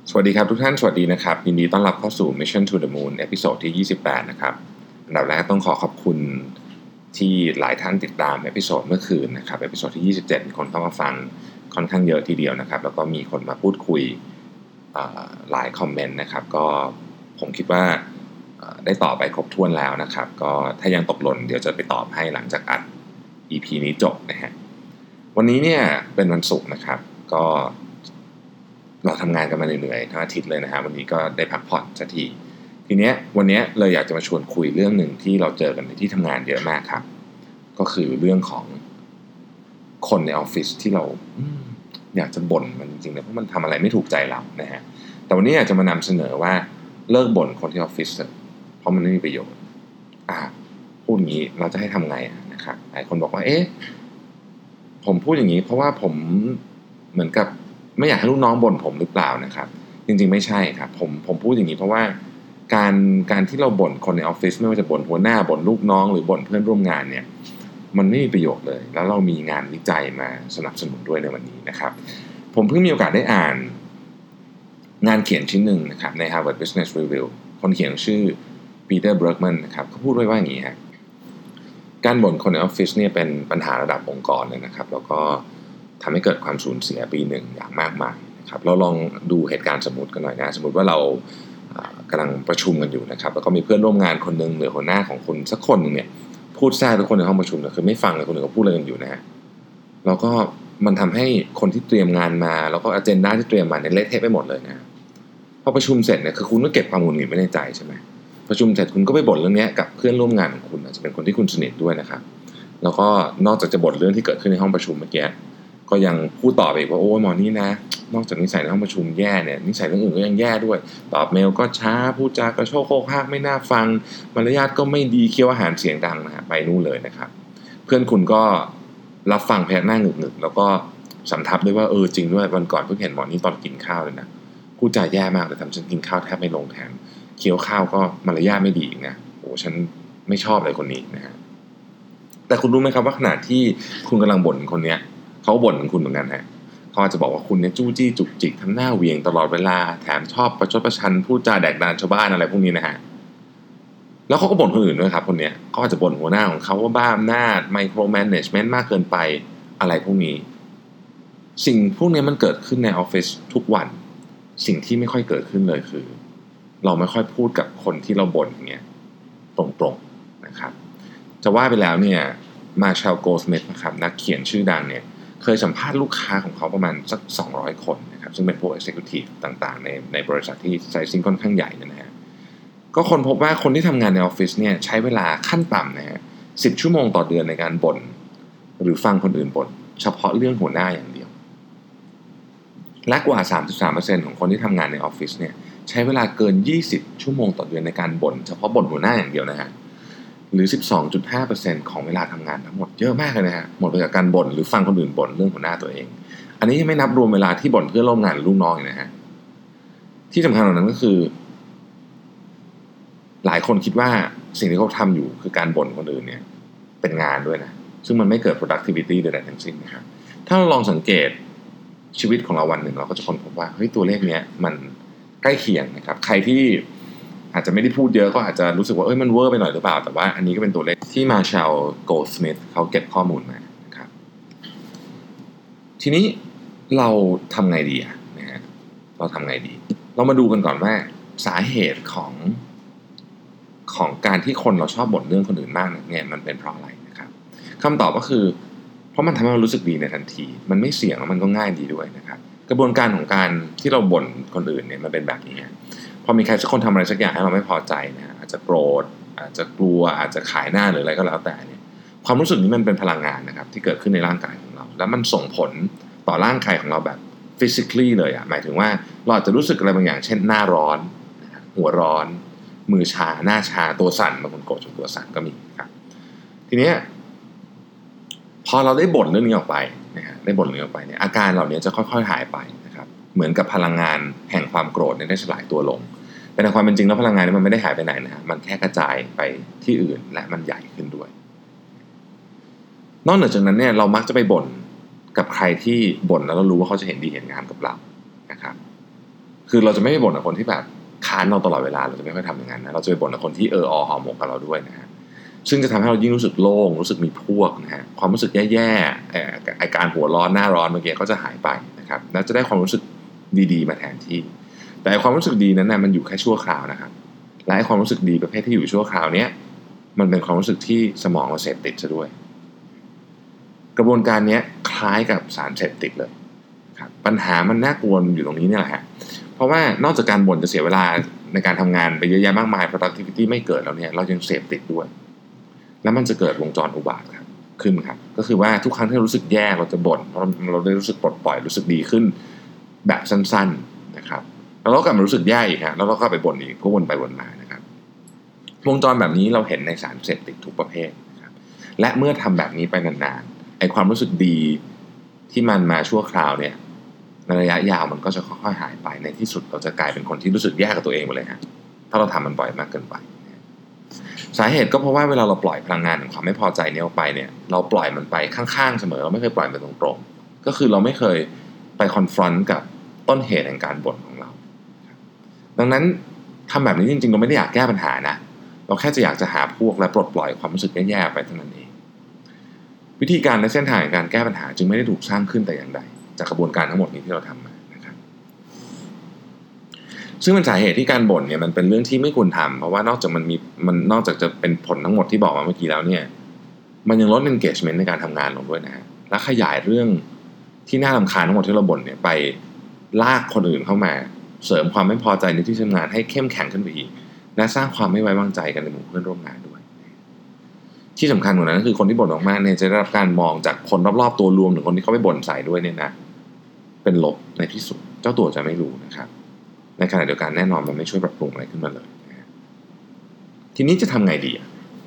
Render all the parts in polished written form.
สวัสดีครับทุกท่านสวัสดีนะครับยินดีต้อนรับเข้าสู่ Mission to the Moon เอพิโซดที่28นะครับอันดับแรกต้องขอบคุณที่หลายท่านติดตามเอพิโซดเมื่อคืนนะครับเอพิโซดที่27มีคนเข้ามาฟังค่อนข้างเยอะทีเดียวนะครับแล้วก็มีคนมาพูดคุยหลายคอมเมนต์นะครับก็ผมคิดว่าได้ตอบไปครบถ้วนแล้วนะครับก็ถ้ายังตกหล่นเดี๋ยวจะไปตอบให้หลังจากอัด EP นี้จบนะฮะวันนี้เนี่ยเป็นวันศุกร์นะครับก็เราทำงานกันมาเหนื่อยๆทั้งอาทิตย์เลยนะฮะวันนี้ก็ได้พักผ่อนสักทีทีเนี้ยวันนี้เลยอยากจะมาชวนคุยเรื่องหนึ่งที่เราเจอกันในที่ทำงานเยอะมากครับก็คือเรื่องของคนในออฟฟิศที่เราอยากจะบ่นมันจริงๆนะเพราะมันทำอะไรไม่ถูกใจเรานะฮะแต่วันนี้อยากจะมานำเสนอว่าเลิกบ่นคนที่ออฟฟิศเถอะเพราะมันไม่มีประโยชน์พูดอย่างนี้เราจะให้ทำไงนะครับหลายคนบอกว่าผมพูดอย่างนี้เพราะว่าผมเหมือนกับไม่อยากให้ลูกน้องบ่นผมหรือเปล่านะครับจริงๆไม่ใช่ครับผมพูดอย่างนี้เพราะว่าการที่เราบ่นคนในออฟฟิศไม่ว่าจะบ่นหัวหน้าบ่นลูกน้องหรือบ่นเพื่อนร่วมงานเนี่ยมันไม่มีประโยชน์เลยแล้วเรามีงานวิจัยมาสนับสนุนด้วยในวันนี้นะครับผมเพิ่งมีโอกาสได้อ่านงานเขียนชิ้นหนึ่งนะครับใน Harvard Business Review คนเขียนชื่อปีเตอร์บรักแมนนะครับเขาพูดไว้ว่าอย่างนี้ฮะการบ่นคนในออฟฟิศเนี่ยเป็นปัญหาระดับองค์กรเลยนะครับแล้วก็ทำให้เกิดความสูญเสียปีหนึ่งอย่างมากมายนะครับเราลองดูเหตุการณ์สมมุติกันหน่อยนะสมมุติว่าเรากำลังประชุมกันอยู่นะครับแล้วก็มีเพื่อนร่วมงานคนหนึ่งหรือหัวหน้าของคุณสักคนหนึ่งเนี่ยพูดแทรกทุกคนในห้องประชุมคือไม่ฟังเลยคนอื่นเขาพูดอะไรกันอยู่นะฮะแล้วก็มันทำให้คนที่เตรียมงานมาแล้วก็อเจนดาที่เตรียมมาเนี่ยเละเทะไปหมดเลยนะพอประชุมเสร็จเนี่ยคือคุณก็เก็บความหงุดหงิดไว้ในใจใช่ไหมประชุมเสร็จคุณก็ไปบ่นเรื่องนี้กับเพื่อนร่วมงานของคุณอาจจะเป็นคนที่คุณสนิทด้วยนะครับแล้วก็นอกจากจะบ่นเรื่องที่เกิดขึ้นในห้องประชุมเมื่อกี้ก็ยังพูดต่อไปอีกว่าโอ้ยหมอนี่นะนอกจากนิสัยในห้องประชุมแย่เนี่ยนิสัยเรื่องอื่นก็ยังแย่ด้วยตอบเมลก็ช้าพูดจากระโชกโคกฮากไม่น่าฟังมารยาทก็ไม่ดีเคี้ยวอาหารเสียงดังนะฮะไปนู่นเลยนะครับเพื่อนคุณก็รับฟังพยักหน้าหงึกๆแล้วก็สำทับด้วยว่าจริงด้วยวันก่อนเพิ่งเห็นหมอนี่ตอนกินข้าวเลยนะพูดจาแย่มากเลยทำฉันกินข้าวแทบไม่ลงแถมเคี้ยวข้าวก็มารยาทไม่ดีอีกนะโอ้ฉันไม่ชอบเลยคนนี้นะฮะแต่คุณรู้ไหมครับว่าขณะที่คุณกำลังบ่นคนเนี้ยเขาบ่นถึงคุณเหมือนกันฮะเขาอาจจะบอกว่าคุณเนี่ยจู้จี้จุกจิกทำหน้าเหวี่ยงตลอดเวลาแถมชอบประชดประชันพูดจาแดกดานชาวบ้านอะไรพวกนี้นะฮะแล้วเขาก็บ่นคนอื่นด้วยครับคนเนี้ยเขาอาจจะบ่นหัวหน้าของเขาว่าบ้าอำนาจไมโครแมネจเมนต์มากเกินไปอะไรพวกนี้สิ่งพวกนี้มันเกิดขึ้นในออฟฟิศทุกวันสิ่งที่ไม่ค่อยเกิดขึ้นเลยคือเราไม่ค่อยพูดกับคนที่เราบ่นอย่างเงี้ยตรงๆนะครับจะว่าไปแล้วเนี่ยมาเชลโกลด์สมิธนะครับนักเขียนชื่อดังเนี่ยเคยสัมภาษณ์ลูกค้าของเขาประมาณสัก200คนนะครับซึ่งเป็นพวก Executive ต่างๆในบริษัทที่ไซซิ่งค่อนข้างใหญ่นะฮะก็คนพบว่าคนที่ทำงานในออฟฟิศเนี่ยใช้เวลาขั้นต่ำนะฮะ10 ชั่วโมงต่อเดือนในการบ่นหรือฟังคนอื่นบ่นเฉพาะเรื่องหัวหน้าอย่างเดียวและกว่า 33% ของคนที่ทำงานในออฟฟิศเนี่ยใช้เวลาเกิน20 ชั่วโมงต่อเดือนในการบ่นเฉพาะบ่นหัวหน้าอย่างเดียวนะฮะหรือ 12.5% ของเวลาทำงานทั้งหมดเยอะมากเลยนะฮะหมดไปกับการบ่นหรือฟังคนอื่นบ่นเรื่องหัวหน้าตัวเองอันนี้ยังไม่นับรวมเวลาที่บ่นเพื่อนร่วมงานหรือลูกน้องอีกนะฮะที่สำคัญกว่านั้นก็คือหลายคนคิดว่าสิ่งที่เขาทำอยู่คือการบ่นคนอื่นเนี่ยเป็นงานด้วยนะซึ่งมันไม่เกิด productivity ใดๆทั้งสิ้นนะครับถ้าเราลองสังเกตชีวิตของเราวันหนึ่งเราก็จะค้นพบว่าเฮ้ยตัวเลขเนี้ยมันใกล้เคียงนะครับใครที่อาจจะไม่ได้พูดเยอะก็อาจจะรู้สึกว่ามันเวอร์ไปหน่อยหรือเปล่าแต่ว่าอันนี้ก็เป็นตัวเลขที่มาเชลโกลด์สมิธเขาเก็บข้อมูลมานะครับทีนี้เราทำไงดีนะฮะเราทำไงดีเรามาดูกันก่อนว่าสาเหตุของการที่คนเราชอบบ่นเรื่องคนอื่นมากเนี่ยมันเป็นเพราะอะไรนะครับคำตอบก็คือเพราะมันทำให้เรารู้สึกดีในทันทีมันไม่เสี่ยงแล้วมันก็ง่ายดีด้วยนะครับกระบวนการของการที่เราบ่นคนอื่นเนี่ยมันเป็นแบบนี้พอมีใครสักคนทำอะไรสักอย่างให้เราไม่พอใจนะอาจจะโกรธอาจจะกลัวอาจจะขายหน้าหรืออะไรก็แล้วแต่เนี่ยความรู้สึกนี้มันเป็นพลังงานนะครับที่เกิดขึ้นในร่างกายของเราแล้วมันส่งผลต่อร่างกายของเราแบบ physically เลยหมายถึงว่าเราอาจจะรู้สึกอะไรบางอย่างเช่นหน้าร้อนหัวร้อนมือชาหน้าชาตัวสั่นบางคนโกรธจนตัวสั่นก็มีครับทีนี้พอเราได้บ่นเรื่องนี้ออกไปนะฮะได้บ่นเรื่องนี้ออกไปเนี่ยอาการเหล่านี้จะค่อยๆหายไปนะครับเหมือนกับพลังงานแห่งความโกรธเนี่ยได้สลายตัวลงแต่ในความเป็นจริงแล้วพลังงานนี้มันไม่ได้หายไปไหนนะฮะมันแค่กระจายไปที่อื่นและมันใหญ่ขึ้นด้วยนอกเหนือจากนั้นเนี่ยเรามักจะไปบ่นกับใครที่บ่นแล้วเรารู้ว่าเขาจะเห็นดีเห็นงามกับเรานะครับคือเราจะไม่ไปบ่นกับคนที่แบบค้านเราตลอดเวลาเราจะไม่ค่อยทำอย่างนั้นนะเราจะไปบ่นกับคนที่หอมหมกกับเราด้วยนะฮะซึ่งจะทำให้เรายิ่งรู้สึกโล่งรู้สึกมีพวกนะฮะความรู้สึกแย่ๆอาการหัวร้อนหน้าร้อนเมื่อกี้ก็จะหายไปนะครับแล้วจะได้ความรู้สึกดีๆมาแทนที่แต่ความรู้สึกดีนั้นนะมันอยู่แค่ชั่วคราวนะครับและความรู้สึกดีประเภทที่อยู่ชั่วคราวเนี้ยมันเป็นความรู้สึกที่สมองเราเสพติดซะด้วยกระบวนการนี้คล้ายกับสารเสพติดเลยครับปัญหามันน่ากลัวอยู่ตรงนี้เนี่ยแหละฮะเพราะว่านอกจากการบ่นจะเสียเวลาในการทำงานไปเยอะแยะมากมาย productivity ไม่เกิดแล้วเนี่ยเรายังเสพติดด้วยแล้วมันจะเกิดวงจรอุบาทครับขึ้นครับก็คือว่าทุกครั้งที่เรารู้สึกแย่เราจะบ่นเพราะเราได้รู้สึกปลดปล่อยรู้สึกดีขึ้นแบบสั้นๆนะครับแล้วเรากลับมารู้สึกแย่อีกฮะแล้วเราก็ไปบ่นอีกก็วนไปวนมานะครับวงจรแบบนี้เราเห็นในสารเสพติดทุกประเภทนะครับและเมื่อทำแบบนี้ไปนานๆไอ้ความรู้สึกดีที่มันมาชั่วคราวเนี่ยในระยะยาวมันก็จะค่อยๆหายไปในที่สุดเราจะกลายเป็นคนที่รู้สึกแย่กับตัวเองไปเลยฮะถ้าเราทำมันบ่อยมากเกินไปสาเหตุก็เพราะว่าเวลาเราปล่อยพลังงานของความไม่พอใจนี้ออกไปเนี่ยเราปล่อยมันไปข้างๆเสมอเราไม่เคยปล่อยมันตรงๆก็คือเราไม่เคยไปคอนฟรอนต์กับต้นเหตุแห่งการบ่นของเราดังนั้นทำแบบนี้จริงๆเราไม่ได้อยากแก้ปัญหานะเราแค่จะอยากจะหาพวกและปลดปล่อยความรู้สึกแย่ๆไปเท่านั้นเองวิธีการและเส้นทางในการแก้ปัญหาจึงไม่ได้ถูกสร้างขึ้นแต่อย่างใดจากกระบวนการทั้งหมดนี้ที่เราทำมานะครับซึ่งเป็นสาเหตุที่การบ่นเนี่ยมันเป็นเรื่องที่ไม่ควรทำเพราะว่านอกจากจะเป็นผลทั้งหมดที่บอกมาเมื่อกี้แล้วเนี่ยมันยังลด engagement ในการทำงานลงด้วยนะฮะและขยายเรื่องที่น่ารำคาญทั้งหมดที่เราบ่นเนี่ยไปลากคนอื่นเข้ามาเสริมความไม่พอใจในที่ทำงานให้เข้มแข็งขึ้นไปอีกและสร้างความไม่ไว้วางใจกันในหมู่เพื่อนร่วมงานด้วยที่สำคัญกว่านั้นก็คือคนที่บ่นมากๆเนี่ยจะได้รับการมองจากคนรอบๆตัวรวมถึงคนที่เขาไปบ่นใส่ด้วยเนี่ยนะเป็นลบในที่สุดเจ้าตัวจะไม่รู้นะครับในขณะเดียวกันแน่นอนมันไม่ช่วยปรับปรุงอะไรขึ้นมาเลยนะทีนี้จะทำไงดี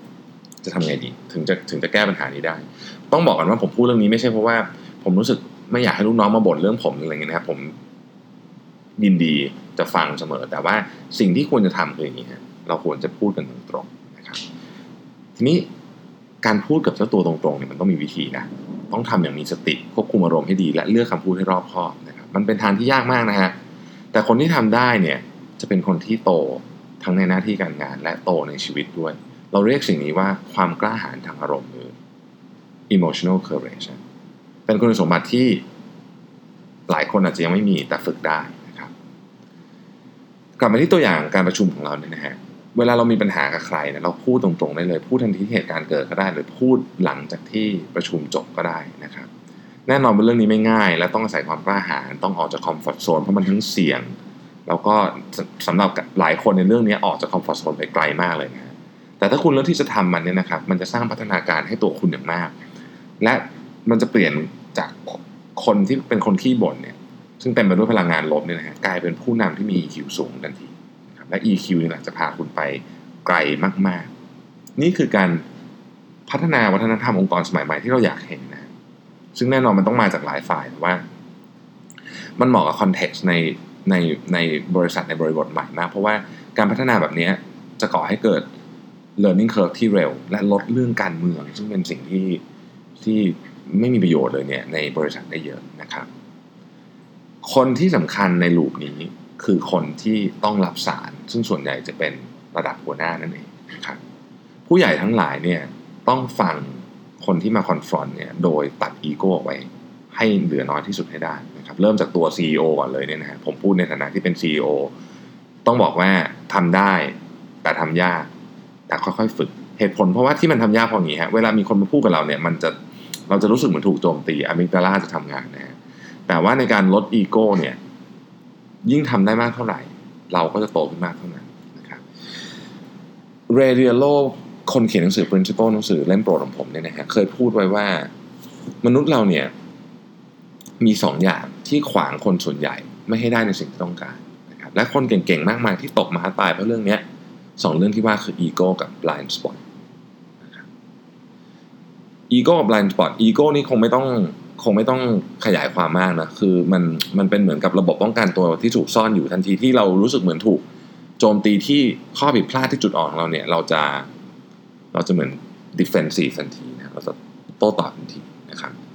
ถึงจะแก้ปัญหานี้ได้ต้องบอกกันว่าผมพูดเรื่องนี้ไม่ใช่เพราะว่าผมรู้สึกไม่อยากให้ลูกน้องมาบ่นเรื่องผมอะไรเงี้ยนะครับผมยินดีจะฟังเสมอแต่ว่าสิ่งที่ควรจะทำคืออย่างนี้ฮะเราควรจะพูดกันตรงๆนะครับทีนี้การพูดกับเจ้าตัวตรงๆเนี่ยมันต้องมีวิธีนะต้องทำอย่างมีสติควบคุมอารมณ์ให้ดีและเลือกคำพูดให้รอบคอบนะครับมันเป็นทางที่ยากมากนะฮะแต่คนที่ทำได้เนี่ยจะเป็นคนที่โตทั้งในหน้าที่การงานและโตในชีวิตด้วยเราเรียกสิ่งนี้ว่าความกล้าหาญทางอารมณ์หรือ emotional courage เป็นคุณสมบัติที่หลายคนอาจจะยังไม่มีแต่ฝึกได้นะครับกลับมาที่ตัวอย่างการประชุมของเราเนี่ยนะฮะเวลาเรามีปัญหากับใครเนี่ยเราพูดตรงๆได้เลยพูดทันทีที่เหตุการณ์เกิดก็ได้หรือพูดหลังจากที่ประชุมจบก็ได้นะครับแน่นอนเป็นเรื่องนี้ไม่ง่ายและต้องอาศัยความกล้าหาญต้องออกจากคอมฟอร์ตโซนเพราะมันทั้งเสี่ยงแล้วก็สำหรับหลายคนในเรื่องนี้ออกจากคอมฟอร์ตโซนไปไกลมากเลยนะแต่ถ้าคุณเลือกที่จะทำมันเนี่ยนะครับมันจะสร้างพัฒนาการให้ตัวคุณอย่างมากและมันจะเปลี่ยนจากคนที่เป็นคนขี้บ่นเนี่ยซึ่งเต็มไปด้วยพลังงานลบเนี่ยนะฮะกลายเป็นผู้นำที่มี EQ สูงทันทีนะครับและ EQ นี่แหละจะพาคุณไปไกลมากๆนี่คือการพัฒนาวัฒนธรรมองค์กรสมัยใหม่ที่เราอยากเห็นนะซึ่งแน่นอนมันต้องมาจากหลายฝ่ายแต่ว่ามันเหมาะกับคอนเท็กซ์ในบริษัทในบริบทใหม่มากเพราะว่าการพัฒนาแบบนี้จะก่อให้เกิด learning curve ที่เร็วและลดเรื่องการเมืองซึ่งเป็นสิ่งที่ไม่มีประโยชน์เลยเนี่ยในบริษัทได้เยอะนะครับคนที่สำคัญในลูปนี้คือคนที่ต้องรับสารซึ่งส่วนใหญ่จะเป็นระดับหัวหน้านั่นเองนะครับผู้ใหญ่ทั้งหลายเนี่ยต้องฟังคนที่มาคอนฟรอนต์เนี่ยโดยตัดอีโก้ไว้ให้เหลือน้อยที่สุดให้ได้นะครับเริ่มจากตัว CEO ก่อนเลยเนี่ยนะฮะผมพูดในฐานะที่เป็น CEO ต้องบอกว่าทำได้แต่ทำยากแต่ค่อยๆฝึกเหตุผลเพราะว่าที่มันทำยากเพราะงี้ฮะเวลามีคนมาพูดกับเราเนี่ยเราจะรู้สึกเหมือนถูกโจมตีอะมิกดาลาจะทำงานนะฮะแต่ว่าในการลดอีโก้เนี่ยยิ่งทำได้มากเท่าไหร่เราก็จะโตขึ้นมากเท่านั้นนะครับเรเดียโลคนเขียนหนังสือ Principle หนังสือเล่มโปรดของผมเนี่ยนะฮะเคยพูดไว้ว่ามนุษย์เราเนี่ยมี2 อย่างที่ขวางคนส่วนใหญ่ไม่ให้ได้ในสิ่งที่ต้องการนะครับและคนเก่งๆมากมายที่ตกมาตายเพราะเรื่องนี้2 เรื่องที่ว่าคืออีโก้กับ blind spot นะครับอีโก้กับ blind spot อีโก้นี่คงไม่ต้องขยายความมากนะคือมันเป็นเหมือนกับระบบป้องกันตัวที่ถูกซ่อนอยู่ทันทีที่เรารู้สึกเหมือนถูกโจมตีที่ข้อผิดพลาดที่จุดอ่อนของเราเนี่ยเราจะเหมือน defensive ทันทีนะเราจะโต้ตอบทันทีนะครับ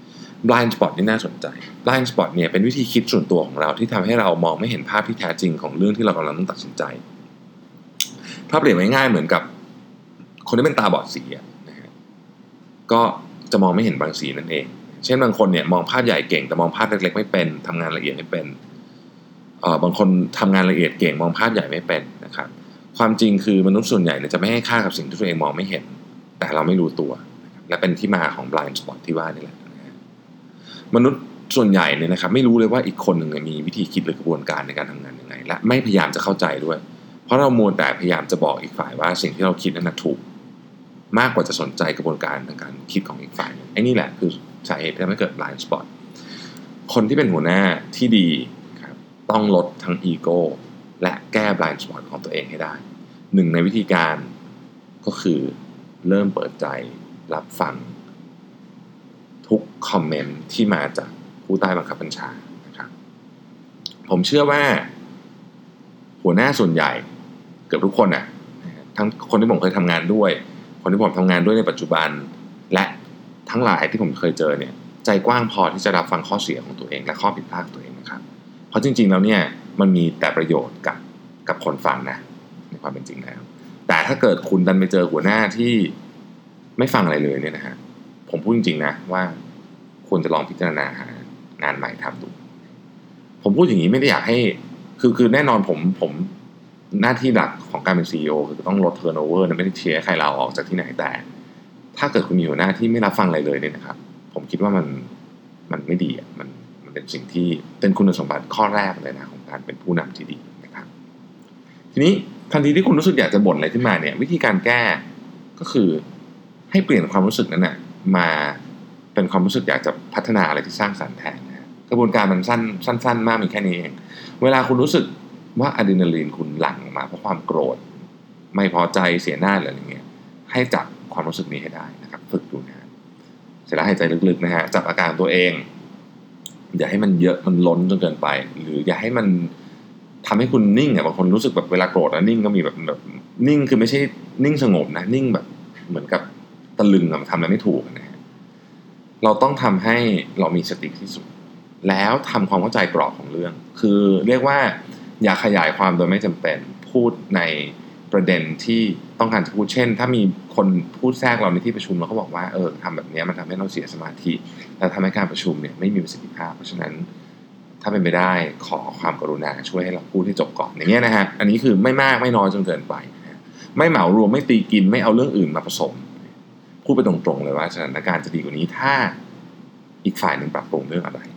blind spot นี่น่าสนใจ blind spot เนี่ยเป็นวิธีคิดส่วนตัวของเราที่ทำให้เรามองไม่เห็นภาพที่แท้จริงของเรื่องที่เรากำลังต้องตัดสินใจถ้าเปรียบง่ายๆเหมือนกับคนที่เป็นตาบอดสีนะฮะก็จะมองไม่เห็นบางสีนั่นเองเช่นบางคนเนี่ยมองภาพใหญ่เก่งแต่มองภาพเล็กๆไม่เป็นทำงานละเอียดไม่เป็นบางคนทำงานละเอียดเก่งมองภาพใหญ่ไม่เป็นนะครับความจริงคือมนุษย์ส่วนใหญ่เนี่ยจะไม่ให้ค่ากับสิ่งที่ตัวเองมองไม่เห็นแต่เราไม่รู้ตัวและเป็นที่มาของ blind spot ที่ว่านี่แหละมนุษย์ส่วนใหญ่เนี่ยนะครับไม่รู้เลยว่าอีกคนหนึ่งมีวิธีคิดหรือกระบวนการในการทำงานยังไงและไม่พยายามจะเข้าใจด้วยเพราะเรามัวแต่พยายามจะบอกอีกฝ่ายว่าสิ่งที่เราคิดนั้นถูกมากกว่าจะสนใจกระบวนการทางการคิดของอีกฝ่ายไอ้นี่แหละคือสาเหตุที่ทำให้เกิด blind spot คนที่เป็นหัวหน้าที่ดีครับต้องลดทั้งอีโก้และแก้ blind spot ของตัวเองให้ได้หนึ่งในวิธีการก็คือเริ่มเปิดใจรับฟังทุกคอมเมนต์ที่มาจากผู้ใต้บังคับบัญชานะครับผมเชื่อว่าหัวหน้าส่วนใหญ่เกือบทุกคนทั้งคนที่ผมเคยทำงานด้วยคนที่ผมทำงานด้วยในปัจจุบันและทั้งหลายที่ผมเคยเจอเนี่ยใจกว้างพอที่จะรับฟังข้อเสียของตัวเองและข้อผิดพลาดของตัวเองนะครับเพราะจริงๆแล้วเนี่ยมันมีแต่ประโยชน์กับคนฟังนะในความเป็นจริงแล้วแต่ถ้าเกิดคุณดันไปเจอหัวหน้าที่ไม่ฟังอะไรเลยเนี่ยนะฮะผมพูดจริงๆนะว่าควรจะลองพิจารณาหางานใหม่ทำดูผมพูดอย่างนี้ไม่ได้อยากให้คือแน่นอนผมหน้าที่หลักของการเป็น CEO คือต้องลด turnover นะไม่ได้เชียร์ให้ใครลาออกจากที่ไหนแต่ถ้าเกิดคุณมีหัวหน้าที่ไม่รับฟังอะไรเลยเนี่ยนะครับผมคิดว่ามันไม่ดีมันเป็นสิ่งที่เป็นคุณสมบัติข้อแรกเลยนะของการเป็นผู้นำที่ดีนะครับทีนี้ทันทีที่คุณรู้สึกอยากจะบ่นอะไรขึ้นมาเนี่ยวิธีการแก้ก็คือให้เปลี่ยนความรู้สึกนั้นนะมาเป็นความรู้สึกอยากจะพัฒนาอะไรที่สร้างสรรค์แทนนะกระบวนการมันสั้นมากมีแค่นี้เองเวลาคุณรู้สึกว่าอะดรีนาลีนคุณหลั่งออกมาเพราะความโกรธไม่พอใจเสียหน้าหรืออะไรเงี้ยให้จับความรู้สึกนี้ให้ได้นะครับฝึกดูนะเสร็จแล้วหายใจลึกๆนะฮะจับอาการตัวเองอย่าให้มันเยอะมันล้นจนเกินไปหรืออย่าให้มันทำให้คุณนิ่งบางคนรู้สึกแบบเวลาโกรธแล้วนิ่งก็มีแบบนิ่งคือไม่ใช่นิ่งสงบนะนิ่งแบบเหมือนกับตะลึงทำอะไรไม่ถูกนะฮะเราต้องทำให้เรามีสติที่สุดแล้วทำความเข้าใจกรอบของเรื่องคือเรียกว่าอย่าขยายความโดยไม่จำเป็นพูดในประเด็นที่ต้องการจะพูดเช่นถ้ามีคนพูดแทรกเราในที่ประชุมเราก็บอกว่าทำแบบนี้มันทำให้เราเสียสมาธิและทำให้การประชุมเนี่ยไม่มีประสิทธิภาพเพราะฉะนั้นถ้าเป็นไปได้ขอความกรุณาช่วยให้เราพูดให้จบก่อนอย่างเงี้ยนะฮะอันนี้คือไม่มากไม่น้อยจนเกินไปไม่เหมารวมไม่ตีกินไม่เอาเรื่องอื่นมาผสมพูดไปตรงๆเลยว่าสถานการณ์จะดีกว่านี้ถ้าอีกฝ่ายหนึ่งปรับปรุงเรื่องอะไร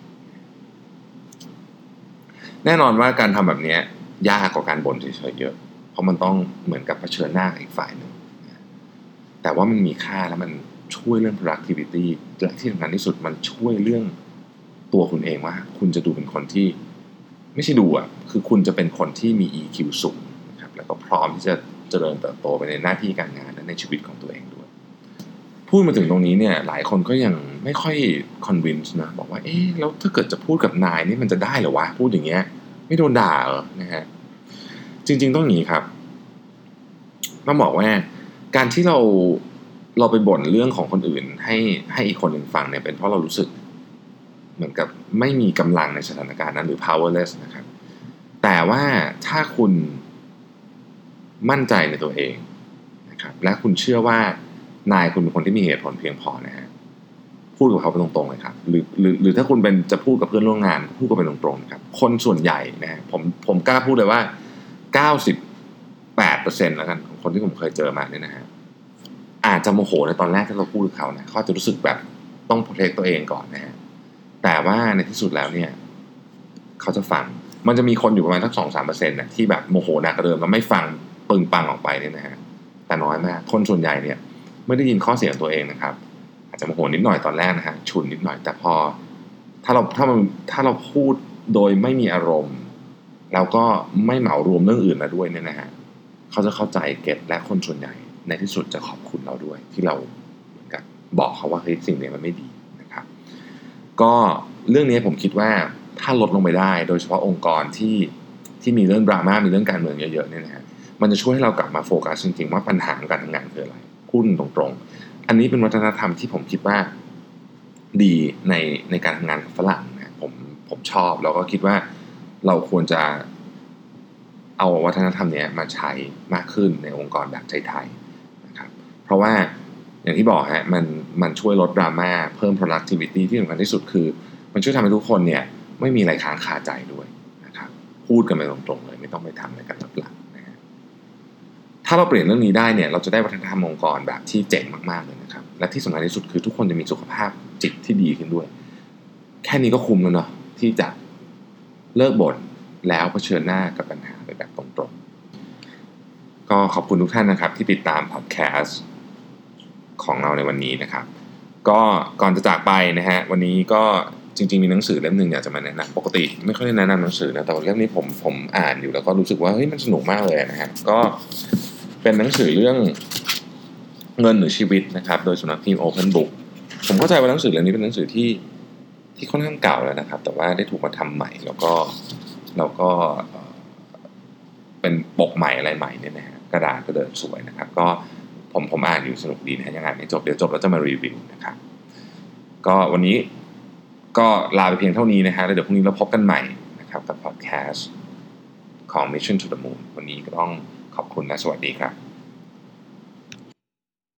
แน่นอนว่าการทำแบบนี้ยากกว่าการบ่นเฉยๆเยอะเพราะมันต้องเหมือนกับเผชิญหน้ากับอีกฝ่ายหนึ่งแต่ว่ามันมีค่าแล้วมันช่วยเรื่อง productivity และที่สำคัญที่สุดมันช่วยเรื่องตัวคุณเองว่าคุณจะดูเป็นคนที่ไม่ใช่ดูคือคุณจะเป็นคนที่มี EQ สูงนะครับแล้วก็พร้อมที่จะเจริญเติบโตไปในหน้าที่การงานและในชีวิตของตัวเองด้วยพูดมาถึงตรงนี้เนี่ยหลายคนก็ยังไม่ค่อย convince นะบอกว่าแล้วถ้าเกิดจะพูดกับนายนี่มันจะได้เหรอวะพูดอย่างเงี้ยไม่โดนด่าเหรอนะฮะจริงๆต้องอย่างนี้ครับต้องบอกว่าการที่เราไปบ่นเรื่องของคนอื่นให้อีกคนหนึ่งฟังเนี่ยเป็นเพราะเรารู้สึกเหมือนกับไม่มีกำลังในสถานการณ์นั้นหรือ powerless นะครับแต่ว่าถ้าคุณมั่นใจในตัวเองนะครับและคุณเชื่อว่านายคุณเป็นคนที่มีเหตุผลเพียงพอนะฮะพูดกับเขาไปตรงๆเลยครับหรือถ้าคุณเป็นจะพูดกับเพื่อนร่วมงานพูดกันไปตรงๆนะครับคนส่วนใหญ่นะฮะผมกล้าพูดเลยว่า98%แล้วกันของคนที่ผมเคยเจอมาเนี่ยนะฮะอาจจะโมโหในตอนแรกที่เราพูดกับเขานะเขาจะรู้สึกแบบต้องโปรเทคตัวเองก่อนนะฮะแต่ว่าในที่สุดแล้วเนี่ยเขาจะฟังมันจะมีคนอยู่ประมาณสัก 2-3% นะที่แบบโมโหหนักกว่าเดิมแล้วไม่ฟังปึงปังออกไปเนี่ยนะฮะแต่น้อยมากคนส่วนใหญ่เนี่ยไม่ได้ยินข้อเสียงตัวเองนะครับอาจจะโมโหนิดหน่อยตอนแรกนะฮะฉุนนิดหน่อยแต่พอถ้าเราพูดโดยไม่มีอารมณ์แล้วก็ไม่เหมารวมเรื่องอื่นมาด้วยเนี่ยนะฮะเขาจะเข้าใจเก็ทและคนส่วนใหญ่ในที่สุดจะขอบคุณเราด้วยที่เราเหมือนกับบอกเขาว่าเฮ้ยสิ่งนี้มันไม่ดีนะครับก็เรื่องนี้ผมคิดว่าถ้าลดลงไปได้โดยเฉพาะองค์กรที่มีเรื่องดราม่ามีเรื่องการเมืองเยอะๆเนี่ยนะฮะมันจะช่วยให้เรากลับมาโฟกัสจริงๆว่าปัญหาการทำงานคืออะไรพูดตรงๆอันนี้เป็นวัฒนธรรมที่ผมคิดว่าดีในการทำงานกับฝรั่งนะผมชอบแล้วก็คิดว่าเราควรจะเอาวัฒนธรรมนี้มาใช้มากขึ้นในองค์กรแบบไทยๆนะครับเพราะว่าอย่างที่บอกฮะมันช่วยลดดราม่าเพิ่ม productivity ที่สำคัญที่สุดคือมันช่วยทำให้ทุกคนเนี่ยไม่มีอะไรค้างคาใจด้วยนะครับพูดกันไปตรงๆเลยไม่ต้องไปทำอะไรกันลับหลังนะฮะถ้าเราเปลี่ยนเรื่องนี้ได้เนี่ยเราจะได้วัฒนธรรมองค์กรแบบที่เจ๋งมากๆเลยนะครับและที่สำคัญที่สุดคือทุกคนจะมีสุขภาพจิตที่ดีขึ้นด้วยแค่นี้ก็คุ้มแล้วเนาะที่จะเลิกบ่นแล้วเผชิญหน้ากับปัญหาไปแบบตรงๆก็ขอบคุณทุกท่านนะครับที่ติดตามพอดแคสต์ของเราในวันนี้นะครับก็ก่อนจะจากไปนะฮะวันนี้ก็จริงๆมีหนังสือเล่มหนึ่งอยากจะมาแนะนำปกติไม่ค่อยได้แนะนำหนังสือนะแต่ว่าเล่มนี้ผมอ่านอยู่แล้วก็รู้สึกว่าเฮ้ยมันสนุกมากเลยนะฮะก็เป็นหนังสือเรื่องเงินหรือชีวิตนะครับโดยสำนักพิมพ์ Open Book ผมเข้าใจว่าหนังสือเล่มนี้เป็นหนังสือที่ค่อนข้างเก่าแล้วนะครับแต่ว่าได้ถูกมาทำใหม่แล้วก็เป็นปกใหม่อะไรใหม่เนี่ยนะฮะกระดาษก็เดินสวยนะครับก็ผมอ่านอยู่สนุกดีนะฮะยังอ่านไม่จบเดี๋ยวจบแล้วจะมารีวิวนะครับก็วันนี้ก็ลาไปเพียงเท่านี้นะฮะแล้วเดี๋ยวพรุ่งนี้เราพบกันใหม่นะครับกับพอดแคสต์ของ Mission to the Moon วันนี้ก็ต้องขอบคุณและสวัสดีครับ